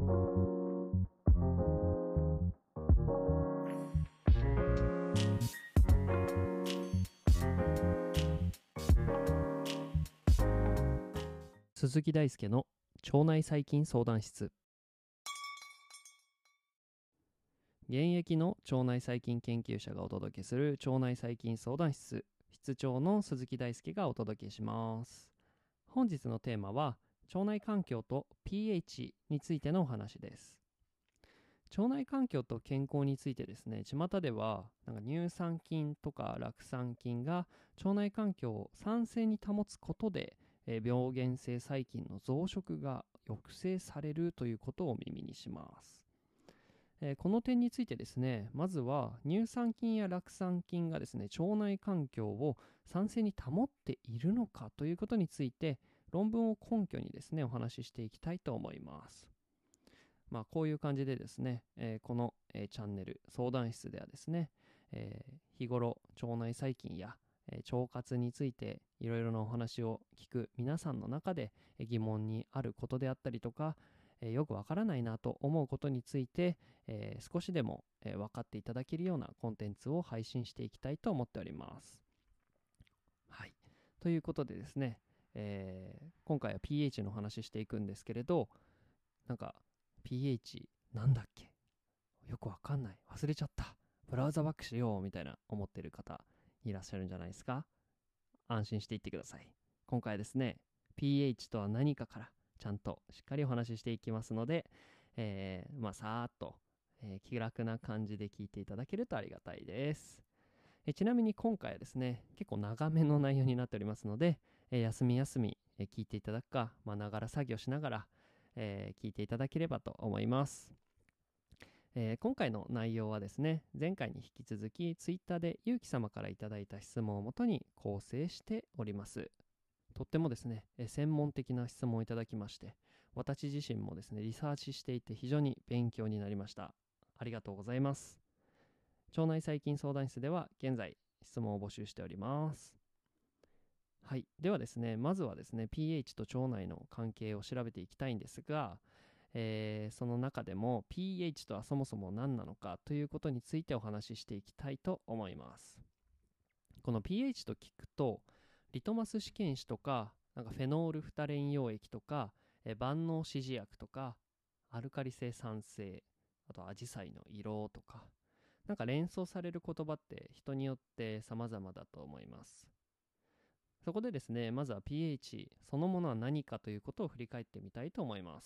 鈴木大輔の腸内細菌相談室。現役の腸内細菌研究者がお届けする腸内細菌相談室、室長の鈴木大輔がお届けします。本日のテーマは腸内環境と pH についてのお話です。腸内環境と健康についてですね、巷では乳酸菌とか酪酸菌が腸内環境を酸性に保つことで病原性細菌の増殖が抑制されるということを耳にします。この点についてですね、まずは乳酸菌や酪酸菌がですね、腸内環境を酸性に保っているのかということについて論文を根拠にですね、お話ししていきたいと思います。こういう感じでですね、この、チャンネル相談室ではですね、日頃腸内細菌や腸活についていろいろなお話を聞く皆さんの中で疑問にあることであったりとか、よくわからないなと思うことについて、少しでも分かっていただけるようなコンテンツを配信していきたいと思っております。はい。ということでですね、今回は pH の話していくんですけれど、pH なんだっけ、よくわかんない、忘れちゃった、ブラウザバックしようみたいな思ってる方いらっしゃるんじゃないですか。安心していってください。今回ですね、pH とは何かからちゃんとしっかりお話ししていきますので、さーっと、気楽な感じで聞いていただけるとありがたいです。ちなみに今回はですね、結構長めの内容になっておりますので、休み休み、聞いていただくか、ながら作業しながら、聞いていただければと思います。今回の内容はですね、前回に引き続きツイッターでゆうき様からいただいた質問をもとに構成しております。とってもですね、専門的な質問をいただきまして、私自身もですね、リサーチしていて非常に勉強になりました。ありがとうございます。腸内細菌相談室では現在質問を募集しております。はい。ではですね、まずはですね、pH と腸内の関係を調べていきたいんですが、その中でも pH とはそもそも何なのかということについてお話ししていきたいと思います。この pH と聞くと、リトマス試験紙とか、フェノールフタレイン溶液とか、万能指示薬とか、アルカリ性酸性、あとアジサイの色とか、連想される言葉って人によって様々だと思います。そこでですね、まずは pH そのものは何かということを振り返ってみたいと思います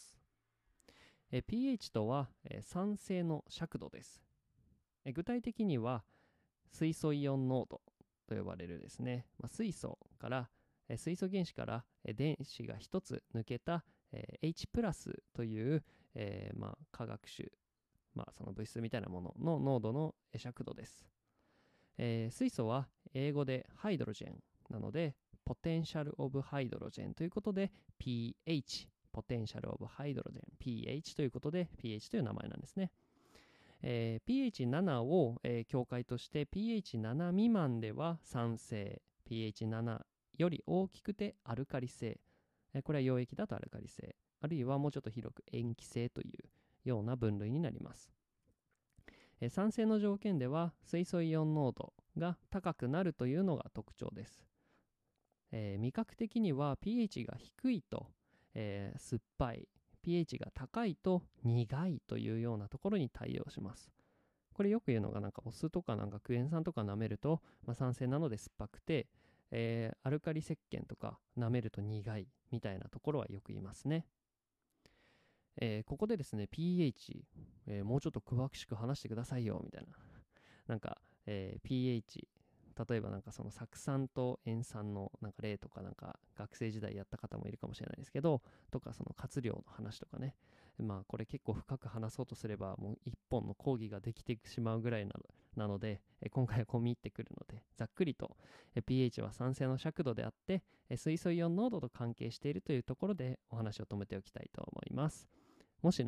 。pH とは、酸性の尺度です。具体的には水素イオン濃度と呼ばれるですね、水素から、水素原子から、電子が一つ抜けた、H プラスという、化学種、その物質みたいなものの濃度の尺度です。水素は英語でハイドロジェンなので、ポテンシャルオブハイドロジェンということで pH、ポテンシャルオブハイドロジェン pH ということで pH という名前なんですね。pH7 を、境界として pH7 未満では酸性、pH7 より大きくてアルカリ性、これは溶液だとアルカリ性、あるいはもうちょっと広く塩基性というような分類になります。酸性の条件では水素イオン濃度が高くなるというのが特徴です。味覚的には pH が低いと、酸っぱい、pH が高いと苦いというようなところに対応します。これよく言うのがお酢とかクエン酸とか舐めると、酸性なので酸っぱくて、アルカリ石鹸とか舐めると苦いみたいなところはよく言いますね。ここでですね pH、もうちょっと詳しく話してくださいよみたいなpH、例えばその酢酸と塩酸の例とか学生時代やった方もいるかもしれないですけど、とかその活量の話とかね、これ結構深く話そうとすればもう一本の講義ができてしまうぐらいなので、今回は込み入ってくるのでざっくりと、pH は酸性の尺度であって、水素イオン濃度と関係しているというところでお話を止めておきたいと思います。もし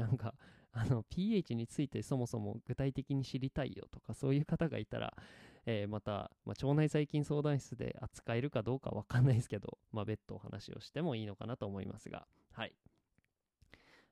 pH についてそもそも具体的に知りたいよとかそういう方がいたら、また、腸内細菌相談室で扱えるかどうかわかんないですけど、別途お話をしてもいいのかなと思いますが、はい。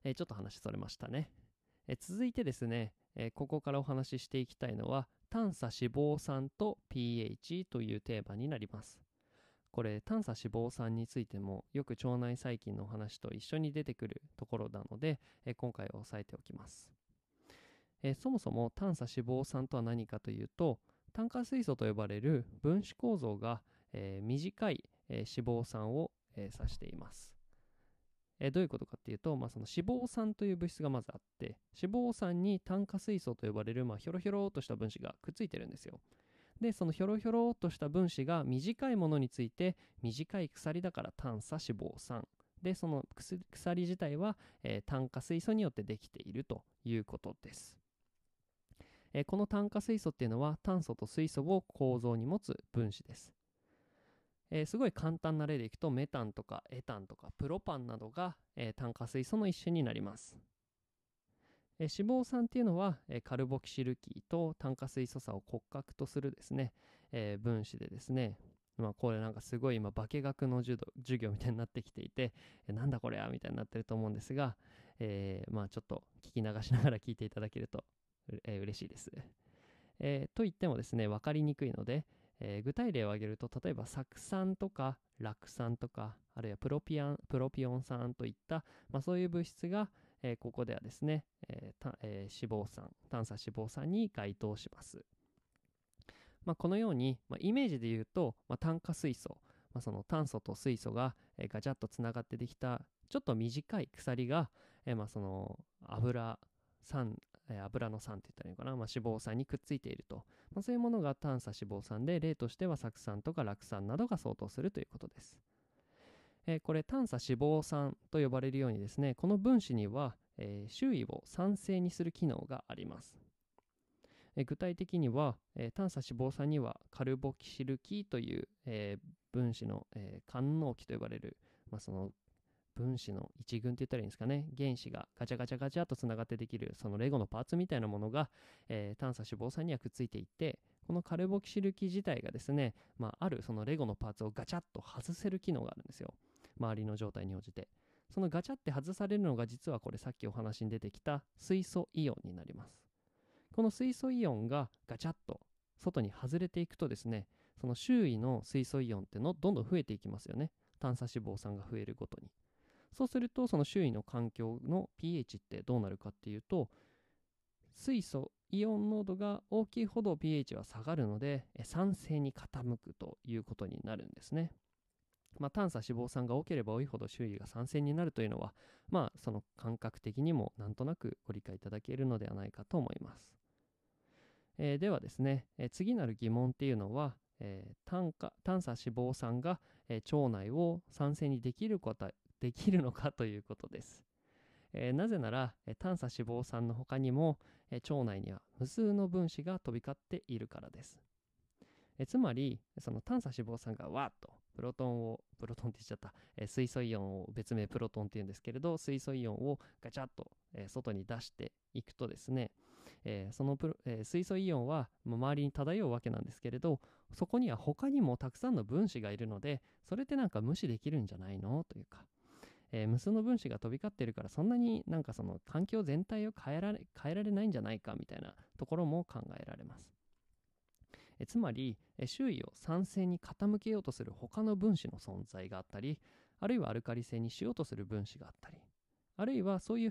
ちょっと話それましたね。続いてですね、ここからお話ししていきたいのは短鎖脂肪酸と pH というテーマになります。これ短鎖脂肪酸についてもよく腸内細菌の話と一緒に出てくるところなので、今回は押さえておきます。そもそも短鎖脂肪酸とは何かというと、炭化水素と呼ばれる分子構造が、短い、脂肪酸を、指しています。どういうことかっていうと、その脂肪酸という物質がまずあって、脂肪酸に炭化水素と呼ばれる、ひょろひょろとした分子がくっついてるんですよ。で、そのひょろひょろとした分子が短いものについて、短い鎖だから短鎖脂肪酸。で、その鎖自体は、炭化水素によってできているということです。この炭化水素っていうのは炭素と水素を構造に持つ分子です。すごい簡単な例でいくとメタンとかエタンとかプロパンなどが、炭化水素の一種になります。脂肪酸っていうのは、カルボキシルキーと炭化水素差を骨格とするですね、分子でですね、これなんかすごい今化学の授業みたいになってきていて、なんだこれやみたいになってると思うんですが、ちょっと聞き流しながら聞いていただけると嬉しいです。と言ってもですね、分かりにくいので、具体例を挙げると、例えば酢酸とか酪酸とか、あるいはプロピオン酸といった、そういう物質が、ここではですね、脂肪酸、短鎖脂肪酸に該当します。このように、イメージで言うと、炭化水素、その炭素と水素が、ガチャッとつながってできたちょっと短い鎖が、その油の酸って言ったらいいのかな、脂肪酸にくっついていると、そういうものが短鎖脂肪酸で、例としては酢酸とか酪酸などが相当するということです。これ短鎖脂肪酸と呼ばれるようにですね、この分子には、周囲を酸性にする機能があります。具体的には、短鎖脂肪酸にはカルボキシル基という、分子の、官能基と呼ばれる、その分子の一群って言ったらいいんですかね、原子がガチャガチャガチャとつながってできるそのレゴのパーツみたいなものが、短鎖脂肪酸にはくっついていて、このカルボキシル基自体がですね、あるそのレゴのパーツをガチャッと外せる機能があるんですよ、周りの状態に応じて。そのガチャって外されるのが実はこれさっきお話に出てきた水素イオンになります。この水素イオンがガチャッと外に外れていくとですね、その周囲の水素イオンってのどんどん増えていきますよね、短鎖脂肪酸が増えるごとに。そうするとその周囲の環境の pH ってどうなるかっていうと、水素イオン濃度が大きいほど pH は下がるので酸性に傾くということになるんですね。短鎖脂肪酸が多ければ多いほど周囲が酸性になるというのは、その感覚的にもなんとなくご理解いただけるのではないかと思います。ではですね、次なる疑問っていうのは、短鎖脂肪酸が、腸内を酸性にできるのかということです。なぜなら、短鎖脂肪酸の他にも、腸内には無数の分子が飛び交っているからです。つまりその短鎖脂肪酸がわーっとプロトンって言っちゃった、水素イオンを別名プロトンっていうんですけれど、水素イオンをガチャッと、外に出していくとですね、その水素イオンは周りに漂うわけなんですけれど、そこには他にもたくさんの分子がいるので、それってなんか無視できるんじゃないのというか、無数の分子が飛び交っているからそんなになんかその環境全体を変えられないんじゃないかみたいなところも考えられます。つまり周囲を酸性に傾けようとする他の分子の存在があったり、あるいはアルカリ性にしようとする分子があったり、あるいはそういう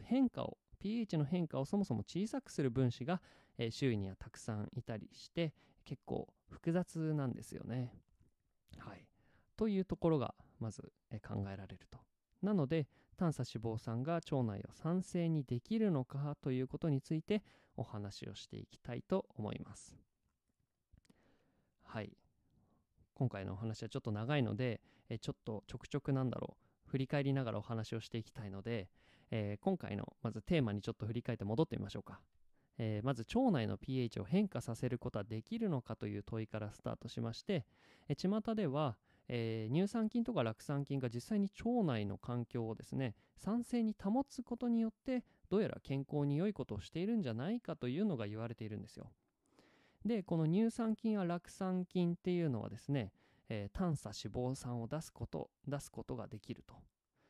pH の変化をそもそも小さくする分子が、周囲にはたくさんいたりして結構複雑なんですよね。はい。というところがまず、考えられると。なので短鎖脂肪酸が腸内を酸性にできるのかということについてお話をしていきたいと思います。はい。今回のお話はちょっと長いので、ちょっとちょくちょく振り返りながらお話をしていきたいので、今回のまずテーマにちょっと振り返って戻ってみましょうか。まず腸内の pH を変化させることはできるのかという問いからスタートしまして、巷では、乳酸菌とか酪酸菌が実際に腸内の環境をですね酸性に保つことによってどうやら健康に良いことをしているんじゃないかというのが言われているんですよ。でこの乳酸菌や酪酸菌っていうのはですね、短鎖脂肪酸を出すことができると。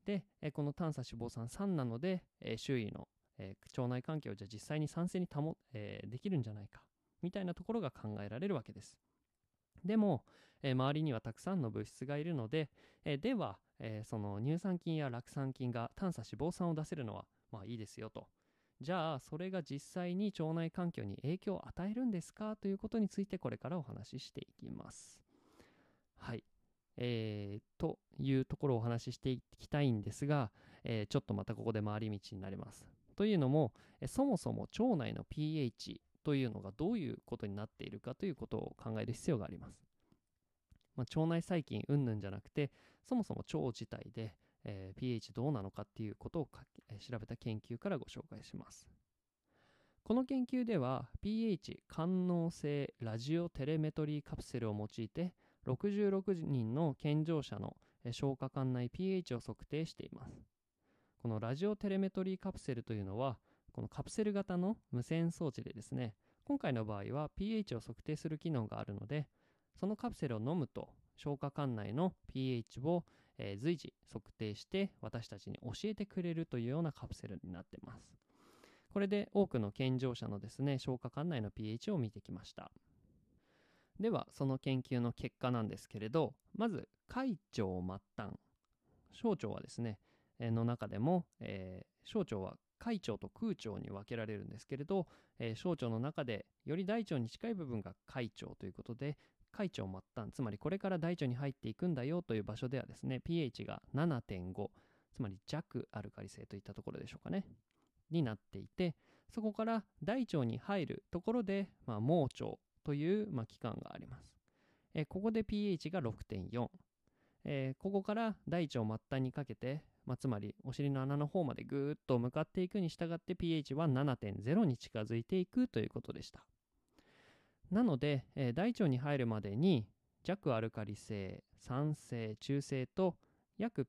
で、この短鎖脂肪酸3なので、周囲の、腸内環境をじゃあ実際に酸性にできるんじゃないかみたいなところが考えられるわけです。でも、周りにはたくさんの物質がいるので、では、その乳酸菌や酪酸菌が短鎖脂肪酸を出せるのはまあいいですよと。じゃあそれが実際に腸内環境に影響を与えるんですかということについてこれからお話ししていきます。はい、というところをお話ししていきたいんですが、ちょっとまたここで回り道になります。というのも、そもそも腸内の pH というのがどういうことになっているかということを考える必要があります。腸内細菌云々じゃなくて、そもそも腸自体で、pH どうなのかっていうことを調べた研究からご紹介します。この研究では pH 感能性ラジオテレメトリーカプセルを用いて66人の健常者の消化管内 pH を測定しています。このラジオテレメトリーカプセルというのはこのカプセル型の無線装置でですね、今回の場合は pH を測定する機能があるので、そのカプセルを飲むと消化管内の pH を、随時測定して私たちに教えてくれるというようなカプセルになっています。これで多くの健常者のですね、消化管内の pH を見てきました。ではその研究の結果なんですけれど、まず快腸末端、小腸はですねの中でも、小腸は快腸と空腸に分けられるんですけれど、小腸の中でより大腸に近い部分が快腸ということで、快腸末端、つまりこれから大腸に入っていくんだよという場所ではですね、 pH が 7.5、 つまり弱アルカリ性といったところでしょうかねになっていて、そこから大腸に入るところで、盲腸という、器官があります。ここで pH が 6.4、ここから大腸末端にかけて、つまりお尻の穴の方までぐーっと向かっていくに従って pH は 7.0 に近づいていくということでした。なので、大腸に入るまでに弱アルカリ性、酸性、中性と約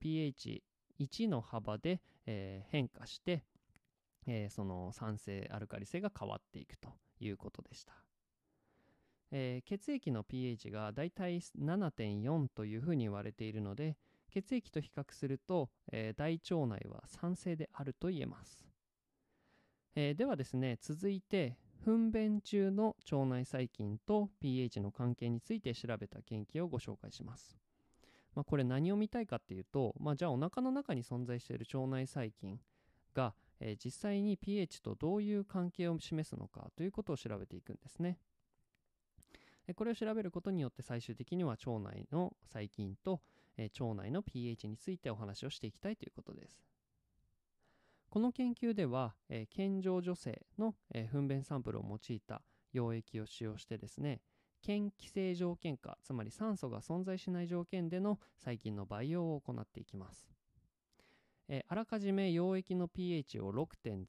pH1 の幅で、変化して、その酸性アルカリ性が変わっていくということでした。血液の pH がだいたい 7.4 というふうに言われているので、血液と比較すると、大腸内は酸性であると言えます。ではですね、続いて糞便中の腸内細菌と pH の関係について調べた研究をご紹介します。これ何を見たいかっていうと、じゃあお腹の中に存在している腸内細菌が、実際に pH とどういう関係を示すのかということを調べていくんですね。これを調べることによって最終的には腸内の細菌と、腸内の pH についてお話をしていきたいということです。この研究では、健常女性の、糞便サンプルを用いた溶液を使用してですね、嫌気性条件下、つまり酸素が存在しない条件での細菌の培養を行っていきます。あらかじめ溶液の pH を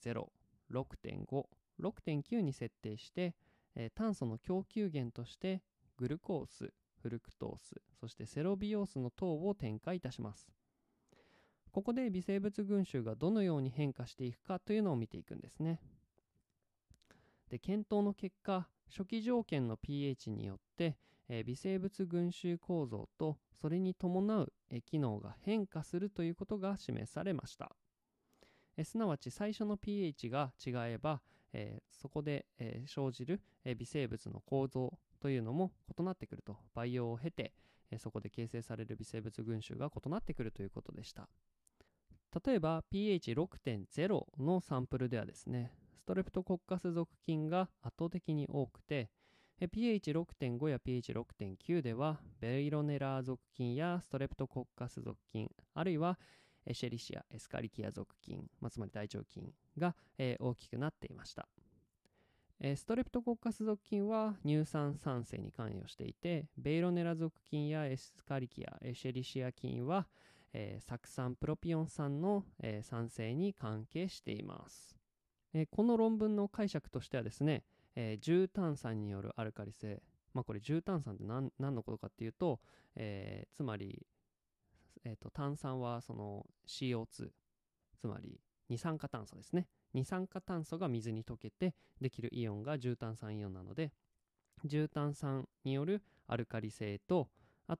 6.0、6.5、6.9 に設定して、炭素の供給源としてグルコース、フルクトース、そしてセロビオースの糖を添加いたします。ここで微生物群衆がどのように変化していくかというのを見ていくんですね。で、検討の結果、初期条件の pH によって、微生物群衆構造とそれに伴う、機能が変化するということが示されました。すなわち最初の pH が違えば、そこで、生じる、微生物の構造というのも異なってくると。培養を経て、そこで形成される微生物群衆が異なってくるということでした。例えば pH6.0 のサンプルではですね、ストレプトコッカス属菌が圧倒的に多くて、pH6.5 や pH6.9 ではベイロネラー属菌やストレプトコッカス属菌、あるいはエシェリシア、エスカリキア属菌、つまり大腸菌が、大きくなっていました。ストレプトコッカス属菌は乳酸酸性に関与していて、ベイロネラ属菌やエスカリキア、エシェリシア菌は酢酸プロピオン酸の、酸性に関係しています。この論文の解釈としてはですね、重炭酸によるアルカリ性、これ重炭酸って何のことかっていうと、つまり、炭酸はその CO2、つまり二酸化炭素ですね。二酸化炭素が水に溶けてできるイオンが重炭酸イオンなので、重炭酸によるアルカリ性と、あとは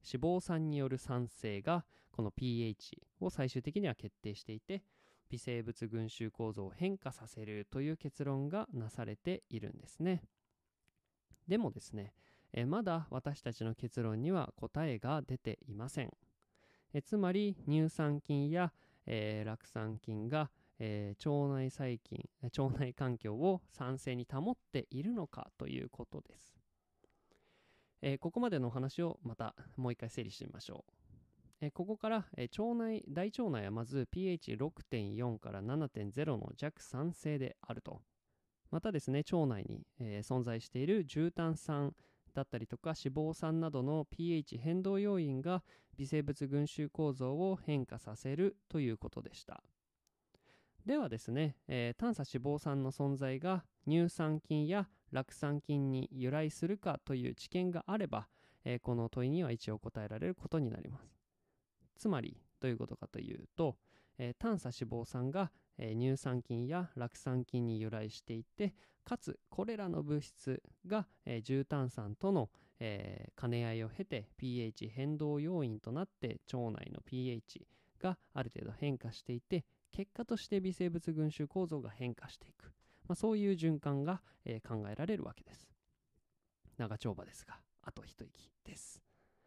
脂肪酸による酸性がこの pH を最終的には決定していて、微生物群衆構造を変化させるという結論がなされているんですね。でもですね、まだ私たちの結論には答えが出ていません。つまり乳酸菌や、酪酸菌が、腸内細菌、腸内環境を酸性に保っているのかということです。ここまでのお話をまたもう一回整理してみましょう。ここから、大腸内はまず pH6.4 から 7.0 の弱酸性であると。またですね、腸内に、存在している重炭酸だったりとか脂肪酸などの pH 変動要因が微生物群衆構造を変化させるということでした。ではですね、短鎖脂肪酸の存在が乳酸菌や酪酸菌に由来するかという知見があれば、この問いには一応答えられることになります。つまりどういうことかというと、短鎖脂肪酸が、乳酸菌や酪酸菌に由来していて、かつこれらの物質が、重炭酸との、兼ね合いを経て pH 変動要因となって腸内の pH がある程度変化していて、結果として微生物群衆構造が変化していく、そういう循環が、考えられるわけです。長丁場ですがあと一息です。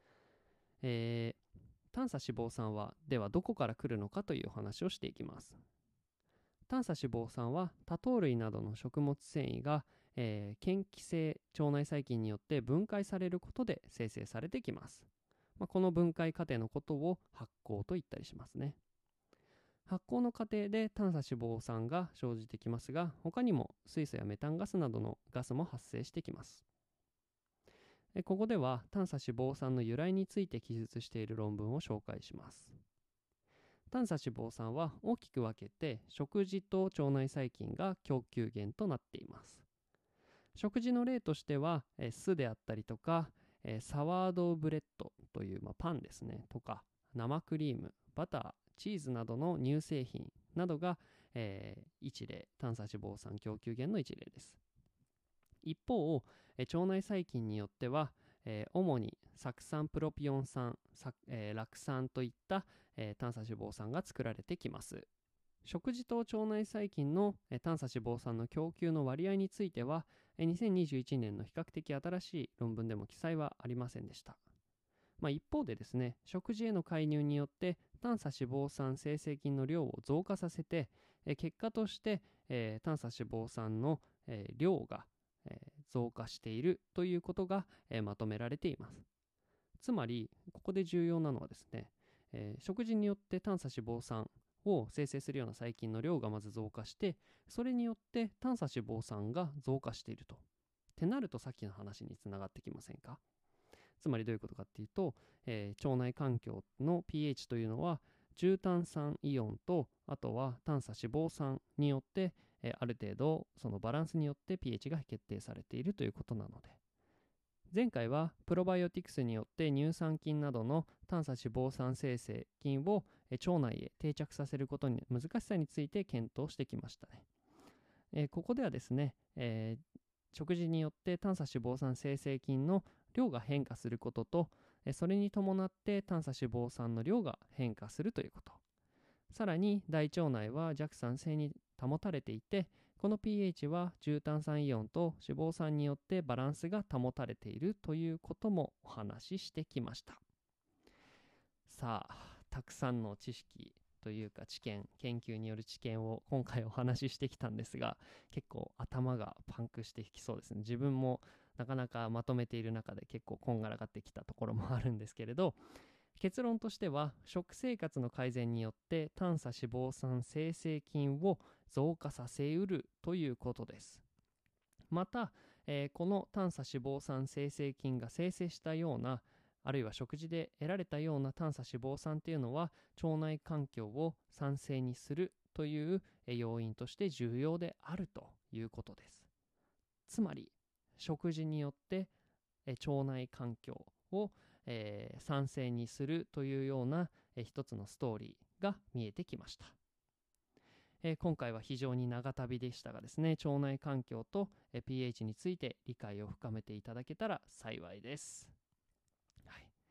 短鎖脂肪酸はではどこから来るのかというお話をしていきます。短鎖脂肪酸は多糖類などの食物繊維が、嫌気性腸内細菌によって分解されることで生成されてきます。この分解過程のことを発酵と言ったりしますね。発酵の過程で短鎖脂肪酸が生じてきますが、他にも水素やメタンガスなどのガスも発生してきます。ここでは短鎖脂肪酸の由来について記述している論文を紹介します。短鎖脂肪酸は大きく分けて食事と腸内細菌が供給源となっています。食事の例としては酢であったりとかサワードーブレッドという、パンですねとか生クリーム、バター、チーズなどの乳製品などが、一例、短鎖脂肪酸供給源の一例です。一方、腸内細菌によっては、主に酢酸プロピオン酸、酪酸といった、短鎖脂肪酸が作られてきます。食事と腸内細菌の短鎖脂肪酸の供給の割合については2021年の比較的新しい論文でも記載はありませんでした。一方でですね、食事への介入によって短鎖脂肪酸生成菌の量を増加させて結果として短鎖脂肪酸の量が増加しているということがまとめられています。つまりここで重要なのはですね、食事によって短鎖脂肪酸を生成するような細菌の量がまず増加して、それによって短鎖脂肪酸が増加していると。ってなるとさっきの話につながってきませんか？つまりどういうことかっていうと、腸内環境の pH というのは重炭酸イオンとあとは短鎖脂肪酸によってある程度そのバランスによって pH が決定されているということなので、前回はプロバイオティクスによって乳酸菌などの短鎖脂肪酸生成菌を腸内へ定着させることに難しさについて検討してきましたね。ここではですね、食事によって短鎖脂肪酸生成菌の量が変化することと、それに伴って短鎖脂肪酸の量が変化するということ、さらに大腸内は弱酸性に保たれていて、この pH は重炭酸イオンと脂肪酸によってバランスが保たれているということもお話ししてきました。さあ、たくさんの知識というか研究による知見を今回お話ししてきたんですが、結構頭がパンクしてきそうですね。自分もなかなかまとめている中で結構こんがらがってきたところもあるんですけれど、結論としては食生活の改善によって短鎖脂肪酸生成菌を増加させうるということです。また、この短鎖脂肪酸生成菌が生成したような、あるいは食事で得られたような短鎖脂肪酸というのは腸内環境を酸性にするという要因として重要であるということです。つまり食事によって腸内環境を酸性にするというような一つのストーリーが見えてきました。今回は非常に長旅でしたがですね、腸内環境とpH について理解を深めていただけたら幸いです。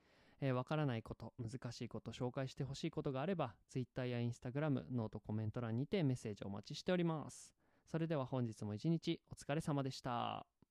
わからないこと、難しいこと、紹介してほしいことがあれば、Twitter や Instagram、ノートコメント欄にてメッセージをお待ちしております。それでは本日も一日お疲れ様でした。